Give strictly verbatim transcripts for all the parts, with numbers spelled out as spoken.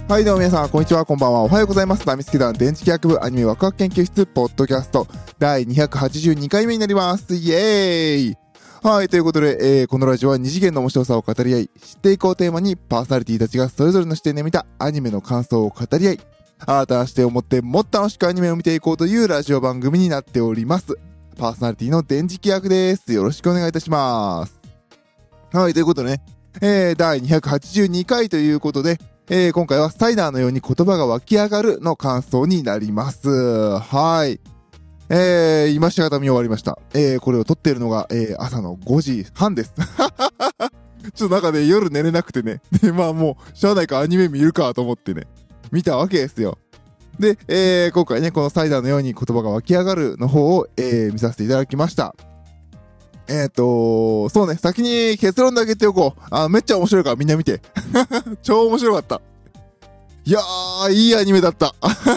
はい、どうも皆さん、こんにちは、こんばんは、おはようございます。大好き団電磁気学部アニメワクワク研究室ポッドキャストだいにひゃくはちじゅうにかいめになります。イエーイ。はい、ということで、えー、このラジオは二次元の面白さを語り合い、知っていこうテーマにパーソナリティたちがそれぞれの視点で見たアニメの感想を語り合い、新たな視点を持ってもっと楽しくアニメを見ていこうというラジオ番組になっております。パーソナリティの電磁気学です。よろしくお願いいたします。はい、ということでね、えー、だいにひゃくはちじゅうにかいということで、えー、今回はサイダーのように言葉が湧き上がるの感想になります。はい。えー、今しがた見終わりました。えー、これを撮っているのが、えー、朝のごじはんです。ちょっとなんかね、夜寝れなくてね。で、まあもう、しゃあないかアニメ見るかと思ってね、見たわけですよ。で、えー、今回ね、このサイダーのように言葉が湧き上がるの方を、えー、見させていただきました。えーと、そうね、先に結論だけ言っておこう。あ、めっちゃ面白いからみんな見て。超面白かった。いやー、いいアニメだった。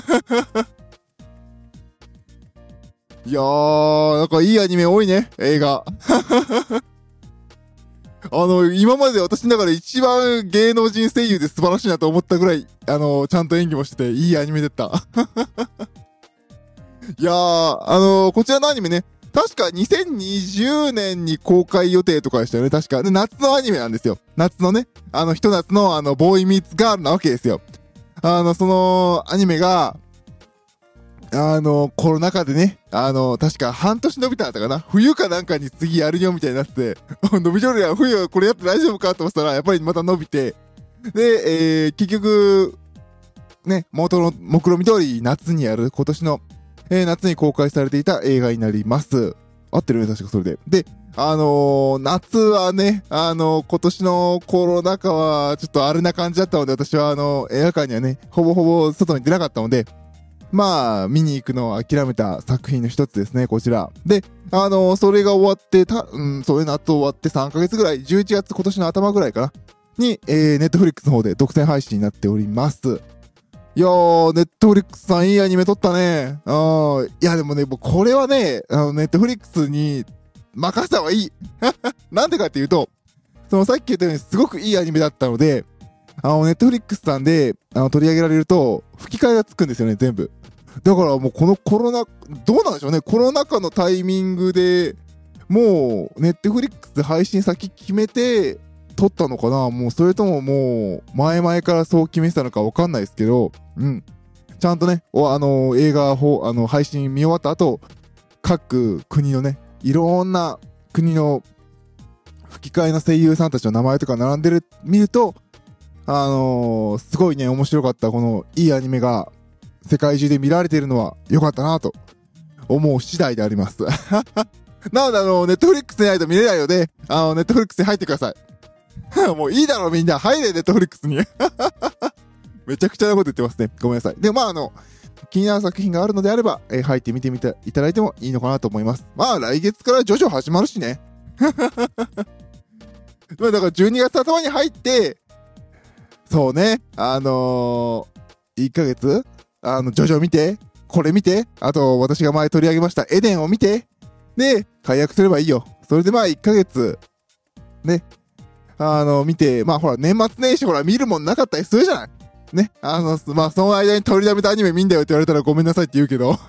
いやー、なんかいいアニメ多いね、映画。あの、今まで私の中で一番芸能人声優で素晴らしいなと思ったぐらい、あの、ちゃんと演技もしてて、いいアニメだった。いやー、あの、こちらのアニメね、確かにせんにじゅうねんに公開予定とかでしたよね、確か。で、夏のアニメなんですよ。夏のね、あの、ひと夏のあの、ボーイミーツガールなわけですよ。あの、その、アニメが、あの、コロナ禍でね、あの、確か半年伸びたんだったかな。冬かなんかに次やるよみたいになって、伸びとるやん、冬これやって大丈夫かと思ったら、やっぱりまた伸びて、で、えー、結局、ね、元の目論見通り夏にやる、今年の、えー、夏に公開されていた映画になります。合ってるよね、確かそれで。で、あのー、夏はね、あのー、今年のコロナ禍はちょっとあれな感じだったので、私はあのー、映画館にはね、ほぼほぼ外に出なかったので、まあ、見に行くのを諦めた作品の一つですね、こちら。で、あのー、それが終わって、た、うん、そういう夏終わってさんかげつぐらい、じゅういちがつ今年の頭ぐらいかな、に、えー、ネットフリックスの方で独占配信になっております。いやー、ネットフリックスさんいいアニメ撮ったね。あー、いやでもね、もうこれはね、あの、ネットフリックスに任せた方がいい。なんでかっていうと、そのさっき言ったようにすごくいいアニメだったので、あの、ネットフリックスさんであの取り上げられると、吹き替えがつくんですよね、全部。だからもうこのコロナ、どうなんでしょうね、コロナ禍のタイミングで、もう、ネットフリックス配信先決めて、撮ったのかな、もうそれとももう前々からそう決めてたのかわかんないですけど、うん、ちゃんとね、おあの映画ほあの配信見終わった後、各国のね、いろんな国の吹き替えの声優さんたちの名前とか並んでる見ると、あのー、すごいね面白かったこのいいアニメが世界中で見られているのは良かったなと思う次第であります。なのであのネットフリックスにないと見れないので、あのネットフリックスに入ってください。もういいだろみんな、入れネットフリックスに。めちゃくちゃなこと言ってますね。ごめんなさい。で、まああの、気になる作品があるのであれば、えー、入ってみてみていただいてもいいのかなと思います。まあ来月からジョジョ始まるしね。まあだからじゅうにがつ頭に入って、そうね、あのー、いっかげつあの、ジョジョ見て、これ見て、あと私が前取り上げましたエデンを見て、で、解約すればいいよ。それでまあいっかげつ、ね、あの、見て、まあほら、年末年始ほら、見るもんなかったりするじゃないね。あの、まあその間に取りだめたアニメ見んだよって言われたらごめんなさいって言うけど。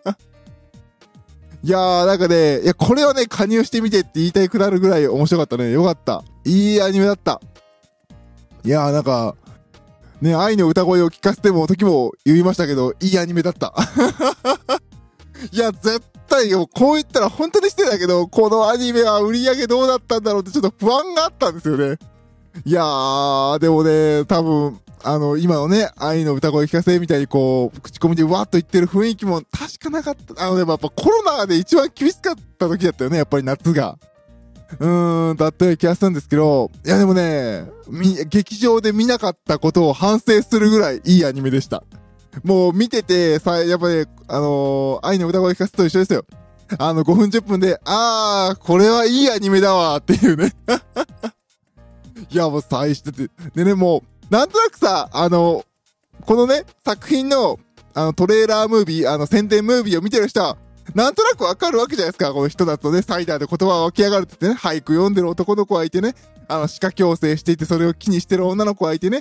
いやー、なんかね、いや、これはね、加入してみてって言いたいくなるぐらい面白かったね。よかった。いいアニメだった。いやー、なんか、ね、愛の歌声を聞かせても時も言いましたけど、いいアニメだった。いや、絶対よ、こう言ったら本当に失礼だけど、このアニメは売り上げどうだったんだろうってちょっと不安があったんですよね。いやー、でもね、多分、あの、今のね、愛の歌声聞かせみたいにこう、口コミでわーっと言ってる雰囲気も確かなかった。あのね、やっぱコロナで一番厳しかった時だったよね、やっぱり夏が。うーん、だったような気がするんですけど、いやでもね、み、劇場で見なかったことを反省するぐらいいいアニメでした。もう見てて、さ、やっぱり、あのー、愛の歌声聞かせと一緒ですよ。あの、ごふんじゅっぷんで、あー、これはいいアニメだわーっていうね。いや、もう最初で、でね、もう、なんとなくさ、あの、このね、作品の、あの、トレーラームービー、あの、宣伝ムービーを見てる人は、なんとなくわかるわけじゃないですか。この人だとね、サイダーで言葉が湧き上がるって言ってね、俳句読んでる男の子がいてね、あの、歯科矯正していてそれを気にしてる女の子がいてね、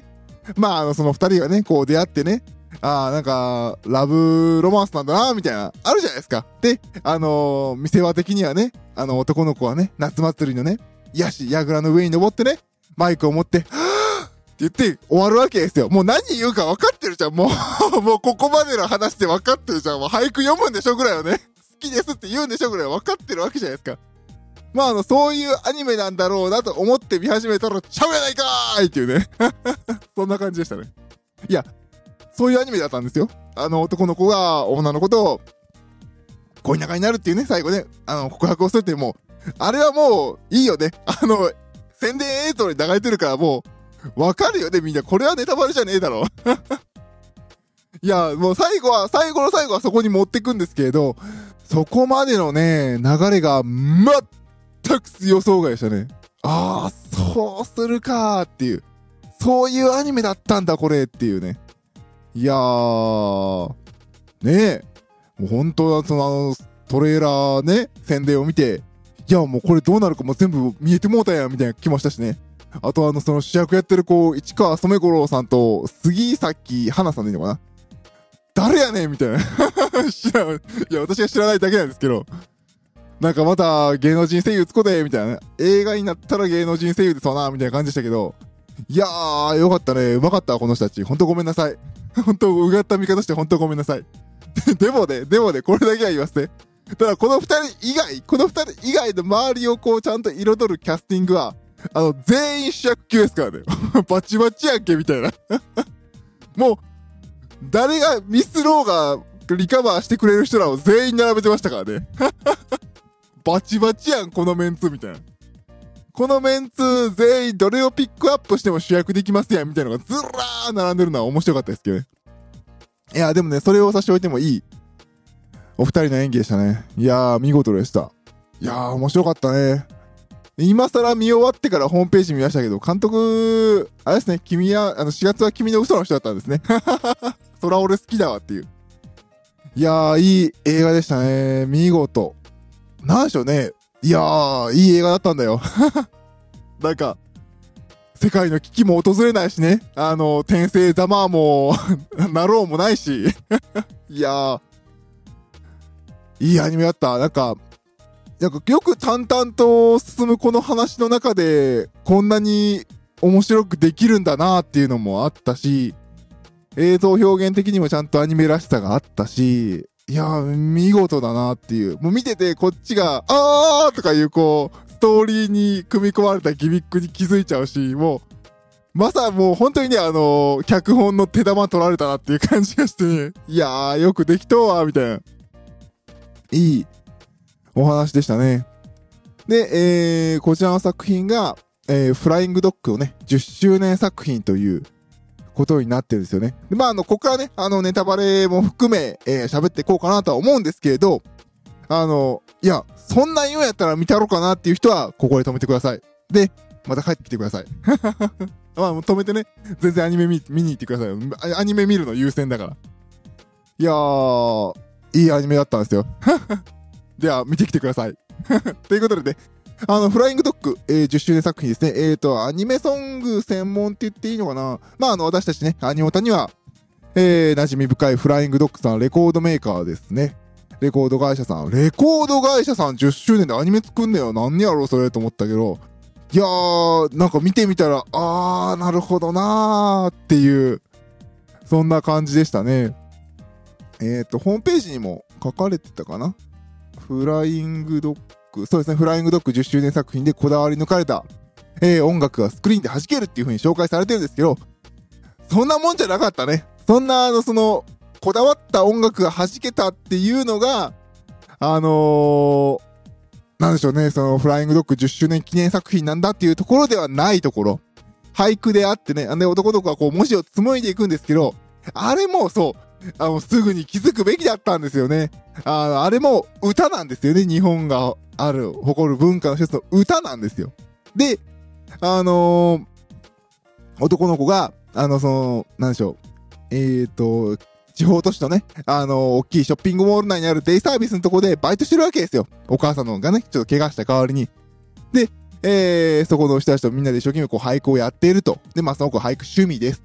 まあ、あの、その二人がね、こう出会ってね、ああ、なんか、ラブロマンスなんだな、みたいな、あるじゃないですか。で、あのー、店場的にはね、あの、男の子はね、夏祭りのね、ヤシ、ヤグラの上に登ってね、マイクを持って、はぁって言って終わるわけですよ。もう何言うか分かってるじゃん。もう、もうここまでの話で分かってるじゃん。もう俳句読むんでしょぐらいはね、好きですって言うんでしょぐらいは分かってるわけじゃないですか。まあ、あの、そういうアニメなんだろうなと思って見始めたら、ちゃうやないかーいっていうね。そんな感じでしたね。いや、そういうアニメだったんですよ。あの、男の子が女の子と恋仲になるっていうね、最後ね、あの、告白をするっていう、もう、あれはもう、いいよね。あの、宣伝映像に流れてるからもう、わかるよね、みんな。これはネタバレじゃねえだろ。いや、もう最後は、最後の最後はそこに持ってくんですけれど、そこまでのね、流れが、全く予想外でしたね。ああ、そうするかーっていう。そういうアニメだったんだ、これっていうね。いやー、ねえ、もう本当はそのあの、トレーラーね、宣伝を見て、いやもうこれどうなるかも全部見えてもうたやんみたいな気もしたしね。あとあの、その主役やってる子、市川染五郎さんと杉咲花さんでいいのかな、誰やねんみたいな。知らん。いや、私が知らないだけなんですけど。なんかまた芸能人声優つこで、みたいなね。映画になったら芸能人声優でそうな、みたいな感じでしたけど。いやー、よかったね。うまかった、この人たち。ほんとごめんなさい。ほんと、うがった見方してほんとごめんなさい。でもね、でもね、これだけは言わせて。ただ、この二人以外、この二人以外の周りをこう、ちゃんと彩るキャスティングは、あの、全員主役級ですからね。バチバチやんけ、みたいな。もう、誰がミスろうがリカバーしてくれる人らを全員並べてましたからね。バチバチやん、このメンツ、みたいな。このメンツ全員どれをピックアップしても主役できますやんみたいなのがずらー並んでるのは面白かったですけどね。いやでもね、それを差し置いてもいいお二人の演技でしたね。いやー見事でした。いやー面白かったね。今更見終わってからホームページ見ましたけど、監督あれですね、君はあのしがつは君の嘘の人だったんですね。そら俺好きだわっていう。いやーいい映画でしたね。見事。なんでしょうね。いやー、いい映画だったんだよ。なんか、世界の危機も訪れないしね。あの、転生ざまーも、なろうもないし。いやー、いいアニメだった。なんか、なんかよく淡々と進むこの話の中で、こんなに面白くできるんだなーっていうのもあったし、映像表現的にもちゃんとアニメらしさがあったし、いやー、見事だなっていう。もう見てて、こっちが、あーとかいう、こう、ストーリーに組み込まれたギミックに気づいちゃうし、もう、まさもう本当にね、あのー、脚本の手玉取られたなっていう感じがして、ね、いやー、よくできとうわ、みたいな。いいお話でしたね。で、えー、こちらの作品が、えー、フライングドッグのね、じゅっしゅうねん作品という、ことになってるんですよね。で、まあ、あの、ここからね、あの、ネタバレも含め、えー、喋っていこうかなとは思うんですけれど、あの、いや、そんなん言うんやったら見たろうかなっていう人は、ここで止めてください。で、また帰ってきてください。まあ、止めてね、全然アニメ見、見に行ってください。アニメ見るの優先だから。いやー、いいアニメだったんですよ。では、見てきてください。ということでね、あの、フライングドッグ、えー、じゅっしゅうねん作品ですね。えーと、アニメソング専門って言っていいのかな。まあ、あの、私たちね、アニオタには、えー、馴染み深いフライングドッグさん、レコードメーカーですね。レコード会社さん。レコード会社さんじゅっしゅうねんでアニメ作んねよ。何やろうそれと思ったけど。いやー、なんか見てみたら、あー、なるほどなーっていう、そんな感じでしたね。えーと、ホームページにも書かれてたかな。フライングドッグ。そうですね、フライングドッグじゅっしゅうねん作品でこだわり抜かれた、えー、音楽がスクリーンで弾けるっていう風に紹介されてるんですけど、そんなもんじゃなかったね。そんな、あの、その、こだわった音楽が弾けたっていうのが、あのー、なんでしょうね、その、フライングドッグじゅっしゅうねん記念作品なんだっていうところではないところ。俳句であってね、で、男の子はこう文字を紡いでいくんですけど、あれもそう、あの、すぐに気づくべきだったんですよね。あの、あれも歌なんですよね、日本が。ある、誇る文化の一つの歌なんですよ。で、あのー、男の子が、あの、その、なんでしょう。えーと、地方都市のね、あのー、大きいショッピングモール内にあるデイサービスのとこでバイトしてるわけですよ。お母さんのがね、ちょっと怪我した代わりに。で、えー、そこの人たちとみんなで一生懸命こう俳句をやっていると。で、まあその子俳句趣味ですと。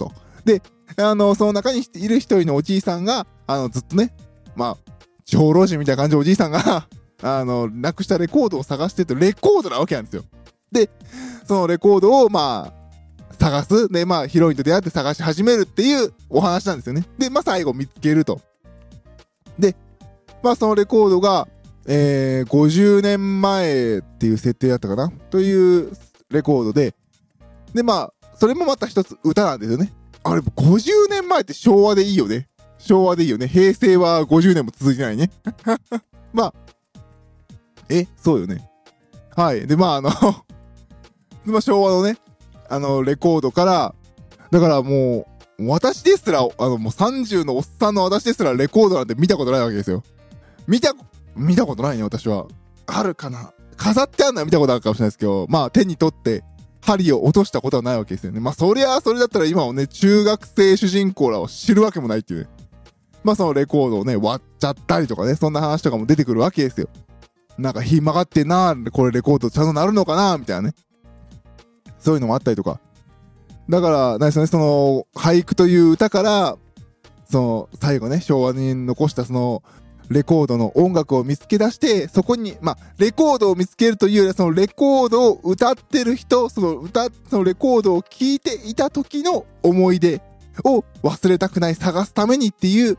で、あの、その中にいる一人のおじいさんが、あの、ずっとね、まあ、地方老人みたいな感じのおじいさんが、あの、なくしたレコードを探してて、レコードなわけなんですよ。で、そのレコードを、まあ、探す。で、まあ、ヒロインと出会って探し始めるっていうお話なんですよね。で、まあ、最後見つけると。で、まあ、そのレコードが、えー、ごじゅうねんまえっていう設定だったかなというレコードで、で、まあ、それもまた一つ歌なんですよね。あれ、ごじゅうねんまえって昭和でいいよね。昭和でいいよね。平成はごじゅうねんも続いてないね。まあ、え、そうよね。はい。で、まあ、あの、まあ、昭和のね、あの、レコードから、だからもう、私ですら、あの、もうさんじゅうのおっさんの私ですらレコードなんて見たことないわけですよ。見た、見たことないね、私は。あるかな。飾ってあるのは見たことあるかもしれないですけど、まあ、手に取って、針を落としたことはないわけですよね。まあ、そりゃあ、それだったら今もね、中学生主人公らを知るわけもないっていうね。まあ、そのレコードをね、割っちゃったりとかね、そんな話とかも出てくるわけですよ。なんか、ひ曲がってんなー、これレコードちゃんとなるのかなー、みたいなね。そういうのもあったりとか。だから、何ですかね、その、俳句という歌から、その、最後ね、昭和に残したその、レコードの音楽を見つけ出して、そこに、まあ、レコードを見つけるというよりは、そのレコードを歌ってる人、その歌、そのレコードを聴いていた時の思い出を忘れたくない探すためにっていう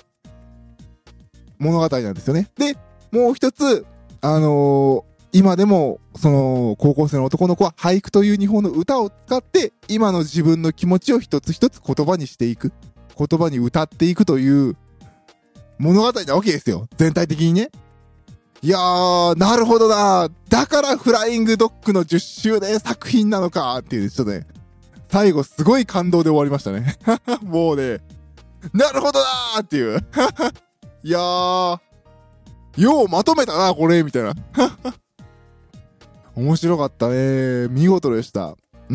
物語なんですよね。で、もう一つ、あのー、今でも、その、高校生の男の子は俳句という日本の歌を使って、今の自分の気持ちを一つ一つ言葉にしていく。言葉に歌っていくという物語なわけですよ。全体的にね。いやー、なるほどな。だからフライングドッグのじゅっしゅうねん作品なのかっていう、ちょっとね、最後すごい感動で終わりましたね。もうね、なるほどなーっていう。いやー、ようまとめたな、これ、みたいな。面白かったね。見事でした。うん。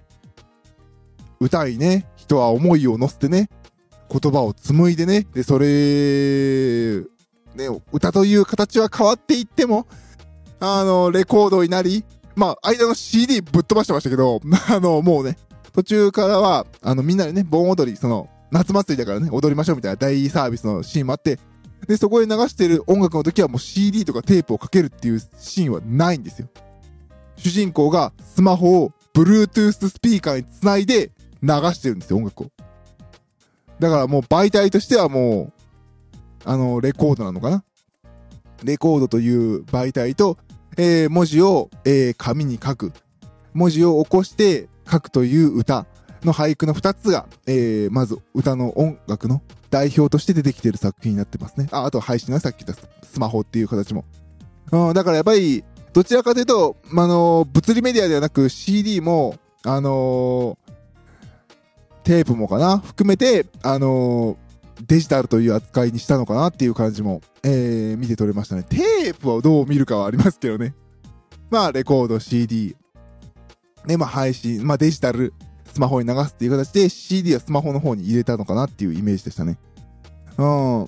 歌いね、人は思いを乗せてね、言葉を紡いでね、で、それ、ね、歌という形は変わっていっても、あの、レコードになり、まあ、間の シーディー ぶっ飛ばしてましたけど、あの、もうね、途中からは、あの、みんなでね、盆踊り、その、夏祭りだからね、踊りましょうみたいな大サービスのシーンもあって、で、そこで流してる音楽の時はもう シーディー とかテープをかけるっていうシーンはないんですよ。主人公がスマホを Bluetooth スピーカーにつないで流してるんですよ、音楽を。だからもう媒体としてはもう、あの、レコードなのかな。レコードという媒体と、えー、文字を、えー、紙に書く。文字を起こして書くという歌の俳句の二つが、えー、まず歌の音楽の代表として出てきている作品になってますね。あ、あと配信はさっき言ったスマホっていう形も。うん、だからやっぱり、どちらかというと、まあの、物理メディアではなく シーディー も、あのー、テープもかな含めて、あのー、デジタルという扱いにしたのかなっていう感じも、えー、見て取れましたね。テープをどう見るかはありますけどね。まあ、レコード、シーディー。ね、まあ、配信、まあ、デジタル、スマホに流すっていう形で シーディー はスマホの方に入れたのかなっていうイメージでしたね。うん。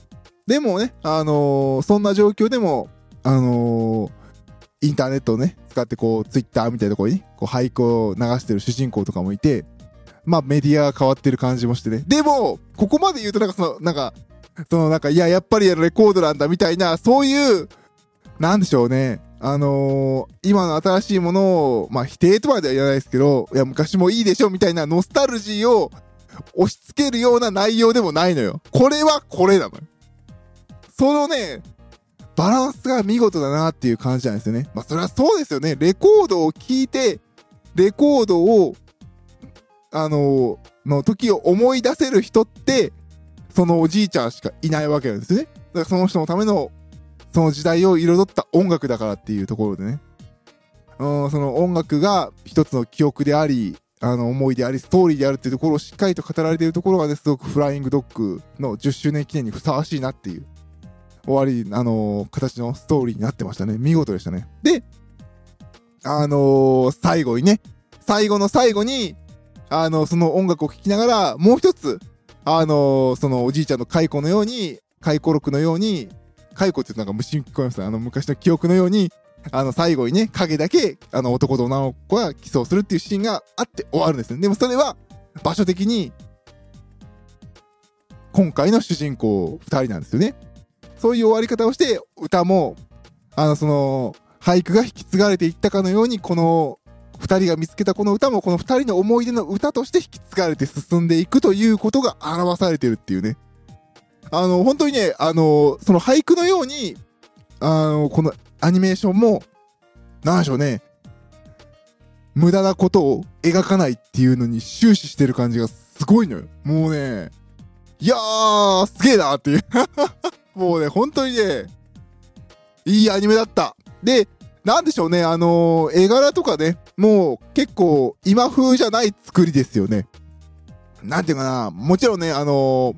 でもね、あのー、そんな状況でも、あのー、インターネットをね、使ってこう、ツイッターみたいなところに、こう、俳句を流してる主人公とかもいて、まあ、メディアが変わってる感じもしてね。でも、ここまで言うとなんかその、なんか、そのなんか、いや、やっぱりレコードなんだみたいな、そういう、なんでしょうね。あのー、今の新しいものを、まあ、否定とまでは言わないですけど、いや、昔もいいでしょみたいなノスタルジーを押し付けるような内容でもないのよ。これはこれなのよ。そのね、バランスが見事だなっていう感じなんですよね。まあ、それはそうですよね。レコードを聴いて、レコードを、あのー、の時を思い出せる人って、そのおじいちゃんしかいないわけなんですよね。だからその人のための、その時代を彩った音楽だからっていうところでね。うん、その音楽が一つの記憶であり、あの思いであり、ストーリーであるっていうところをしっかりと語られているところがね、すごくフライングドッグのじゅっしゅうねん記念にふさわしいなっていう、終わり、あのー、形のストーリーになってましたね。見事でしたね。で、あのー、最後にね、最後の最後に、あのー、その音楽を聴きながら、もう一つ、あのー、そのおじいちゃんの蚕のように、蚕録のように、蚕ってなんか虫に聞こえますね。あの昔の記憶のように、あの最後にね、影だけ、あの男と女の子がキスをするっていうシーンがあって終わるんですね。でもそれは、 場所的に今回の主人公ふたりなんですよね。そういう終わり方をして、歌もあのその俳句が引き継がれていったかのように、このふたりが見つけたこの歌もこのふたりの思い出の歌として引き継がれて進んでいくということが表されてるっていうね。あの本当にね、あのその俳句のように、あのこのアニメーションもなんでしょうね、無駄なことを描かないっていうのに終始してる感じがすごいのよ。もうね、いやーすげえなーっていうもうね、本当にね、いいアニメだった。で、なんでしょうね、あのー、絵柄とかね、もう結構今風じゃない作りですよね。なんていうかな、もちろんね、あのー、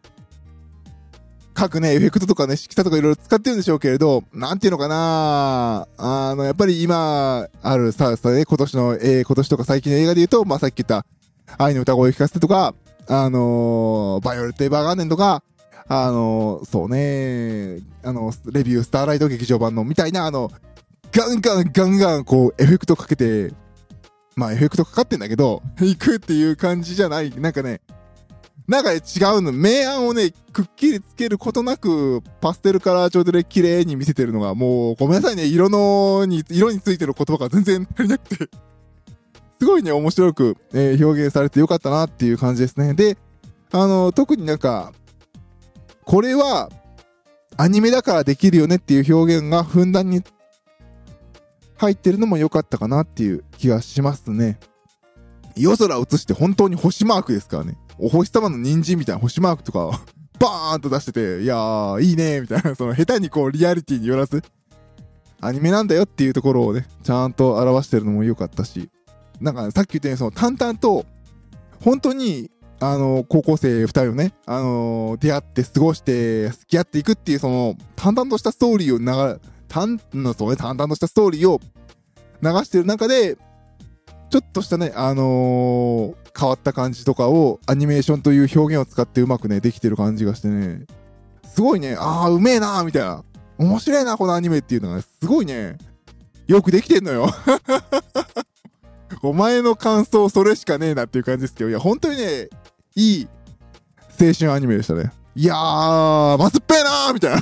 各ね、エフェクトとかね、色彩とかいろいろ使ってるんでしょうけれど、なんていうのかな、あの、やっぱり今あるさ、さね、今年の、えー、今年とか最近の映画で言うと、まあ、さっき言った愛の歌声を聞かせてとか、あのー、バイオレット・エヴァーガーデンとか、あのー、そうね、あの、レビュースターライト劇場版のみたいな、あの、ガンガンガンガンこうエフェクトかけて、まあエフェクトかかってんだけど、行くっていう感じじゃない、なんかね、なんかね、違うの。明暗をね、くっきりつけることなく、パステルカラー調で綺麗に見せてるのが、もう、ごめんなさいね、色のに、色についてる言葉が全然足りなくて、すごいね、面白く、えー、表現されてよかったなっていう感じですね。で、あの、特になんか、これは、アニメだからできるよねっていう表現がふんだんに入ってるのも良かったかなっていう気がしますね。夜空を映して本当に星マークですからね。お星様の人参みたいな星マークとかをバーンと出してて、いやーいいねーみたいな、その下手にこうリアリティによらずアニメなんだよっていうところをね、ちゃんと表してるのも良かったし、なんか、ね、さっき言ったようにその淡々と本当にあの高校生ふたりをね、あのー、出会って過ごして付き合っていくっていうその淡々としたストーリーを流淡のそうね淡々としたストーリーを流してる中で、ちょっとしたね、あのー、変わった感じとかをアニメーションという表現を使ってうまくねできてる感じがしてね、すごいね、あーうめえなーみたいな、面白いなこのアニメっていうのが、ね、すごいねよくできてんのよお前の感想それしかねえなっていう感じですけど、いや本当にねいい青春アニメでしたね。いやーまずっぺーなーみたいな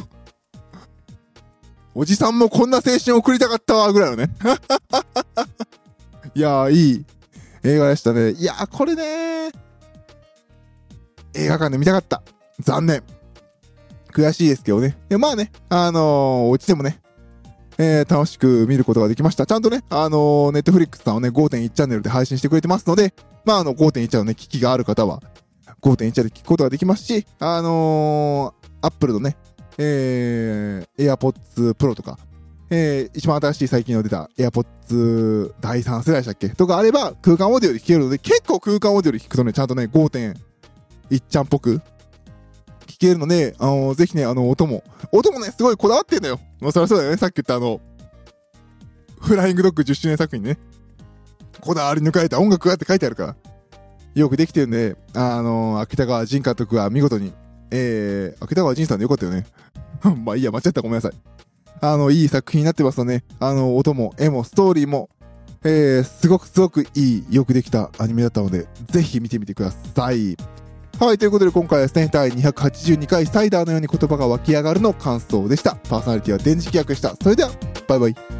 おじさんもこんな青春を送りたかったわぐらいのねいやーいい映画でしたね。いやーこれねー映画館で見たかった。残念。悔しいですけどね。いやまあね、あのー、お家でもね、えー、楽しく見ることができました。ちゃんとね、あのー、ネットフリックスさんをね ごてんいち チャンネルで配信してくれてますので、まああの ごてんいち のね機器がある方は ごてんいち で聞くことができますし、あのー、Apple のね、えー、AirPods Pro とか、えー、一番新しい最近の出た AirPods だいさん世代でしたっけとかあれば空間オーディオで聞けるので、結構空間オーディオで聞くとね、ちゃんとね ごてんいち ちゃんっぽく聞けるので、あのー、ぜひね、あの音も音もねすごいこだわってんだよ。まあそりゃそうだよね。さっき言ったあのフライングドッグじゅっしゅうねん作品ね、こだわり抜かれた音楽がって書いてあるからよくできてるんで、あのー、秋田川仁監督が見事に、えー、秋田川仁さんでよかったよねまあいいや、間違った、ごめんなさい。あのいい作品になってますので、ね、あの音も絵もストーリーも、えー、すごくすごくいいよくできたアニメだったので、ぜひ見てみてください。はい、ということで今回はですね、だいにひゃくはちじゅうにかいサイダーのように言葉が湧き上がるの感想でした。パーソナリティは電磁気役でした。それではバイバイ。